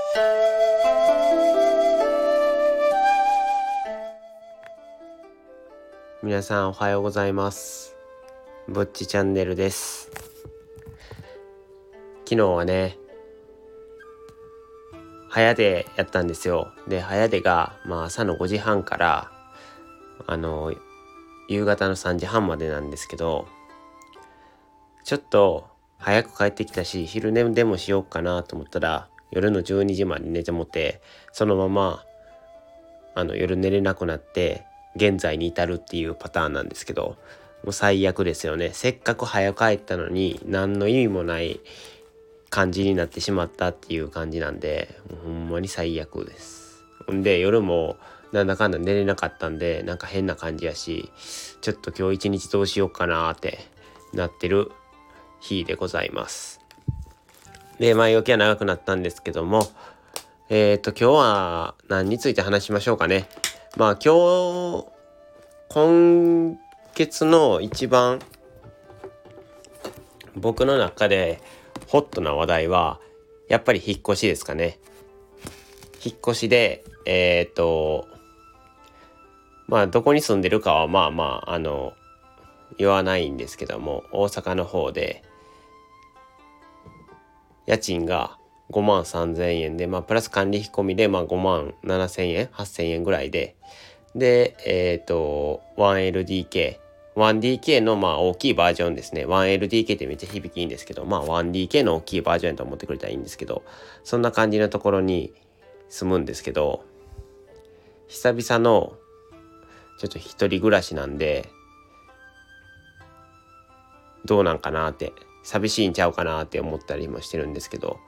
皆さんおはようございます。ぼっちチャンネルです。昨日はね、早出やったんですよ。で、早出が、朝の5時半から夕方の3時半までなんですけど、ちょっと早く帰ってきたし昼寝でもしようかなと思ったら、夜の12時まで寝てもて、そのまま夜寝れなくなって現在に至るっていうパターンなんですけど、もう最悪ですよね。せっかく早く帰ったのに何の意味もない感じになってしまったっていう感じなんで、もうほんまに最悪です。で、夜もなんだかんだ寝れなかったんで、なんか変な感じやし、ちょっと今日一日どうしようかなってなってる日でございます。で、前置きは長くなったんですけども、今日は何について話しましょうかね。今月の一番僕の中でホットな話題はやっぱり引っ越しですかね。引っ越しでどこに住んでるかは言わないんですけども、大阪の方で家賃が5万3,000円で、プラス管理費込みで5万7,000円8,000円ぐらいで、1LDK1DK の大きいバージョンですね。 1LDK ってめっちゃ響きいいんですけど、1DK の大きいバージョンと思ってくれたらいいんですけど、そんな感じのところに住むんですけど、久々のちょっと一人暮らしなんで、どうなんかなって、寂しいんちゃうかなって思ったりもしてるんですけど、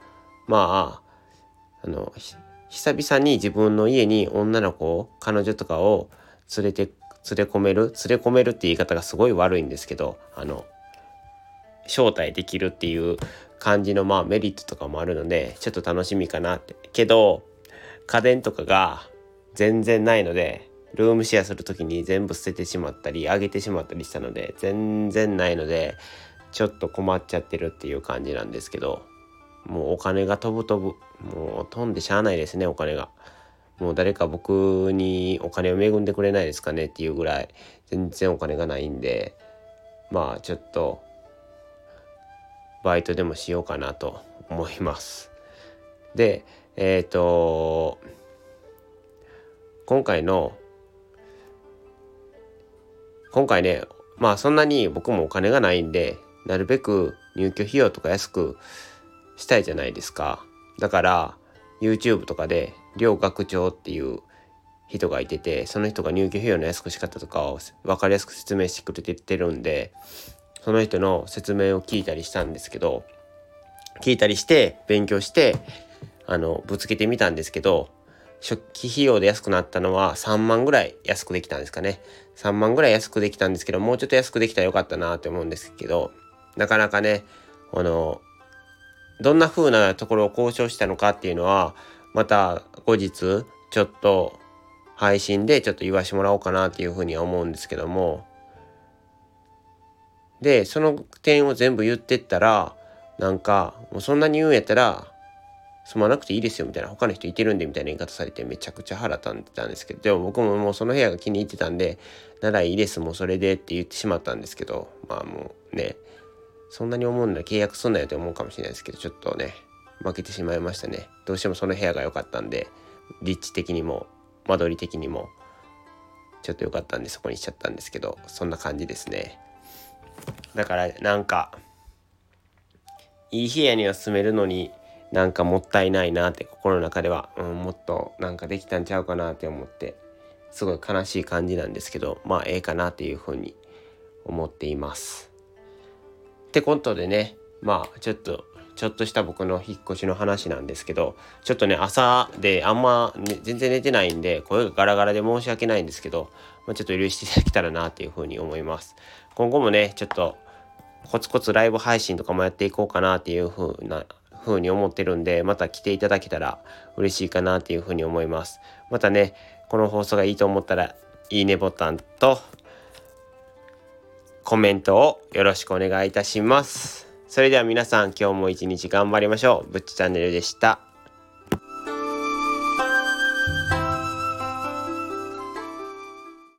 久々に自分の家に女の子、彼女とかを連れ込めるって言い方がすごい悪いんですけど、招待できるっていう感じのメリットとかもあるので、ちょっと楽しみかなって。けど家電とかが全然ないので、ルームシェアするときに全部捨ててしまったりあげてしまったりしたので、全然ないのでちょっと困っちゃってるっていう感じなんですけど、もうお金が飛ぶ、もう飛んでしゃあないですね。お金がもう誰か僕にお金を恵んでくれないですかねっていうぐらい全然お金がないんで、ちょっとバイトでもしようかなと思います。で、今回ね、そんなに僕もお金がないんで、なるべく入居費用とか安くしたいじゃないですか。だから YouTube とかで両学長っていう人がいてて、その人が入居費用の安くし方とかを分かりやすく説明してくれてるんで、その人の説明を聞いたりしたんですけど、聞いたりして勉強してぶつけてみたんですけど、初期費用で安くなったのは3万ぐらい安くできたんですかね。3万ぐらい安くできたんですけど、もうちょっと安くできたらよかったなって思うんですけど、なかなかね、どんな風なところを交渉したのかっていうのはまた後日ちょっと配信でちょっと言わしてもらおうかなっていう風には思うんですけども、でその点を全部言ってったら、なんかもうそんなに言うんやったら住まなくていいですよみたいな、他の人いてるんでみたいな言い方されてめちゃくちゃ腹立ってたんですけど、でも僕ももうその部屋が気に入ってたんで、ならいいですもうそれでって言ってしまったんですけど、もうね、そんなに思うなら契約すんなよって思うかもしれないですけど、ちょっとね負けてしまいましたね。どうしてもその部屋が良かったんで、立地的にも間取り的にもちょっと良かったんでそこにしちゃったんですけど、そんな感じですね。だからなんかいい部屋には住めるのになんかもったいないなって心の中では、もっとなんかできたんちゃうかなって思って、すごい悲しい感じなんですけど、ええかなっていうふうに思っています。ってことでね、ちょっとした僕の引っ越しの話なんですけど、ちょっとね朝で全然寝てないんで声がガラガラで申し訳ないんですけど、ちょっと許していただけたらなっていうふうに思います。今後もねちょっとコツコツライブ配信とかもやっていこうかなっていうふうに思ってるんで、また来ていただけたら嬉しいかなっていうふうに思います。またねこの放送がいいと思ったらいいねボタンとコメントをよろしくお願いいたします。それでは皆さん今日も一日頑張りましょう。ぶっちチャンネルでした。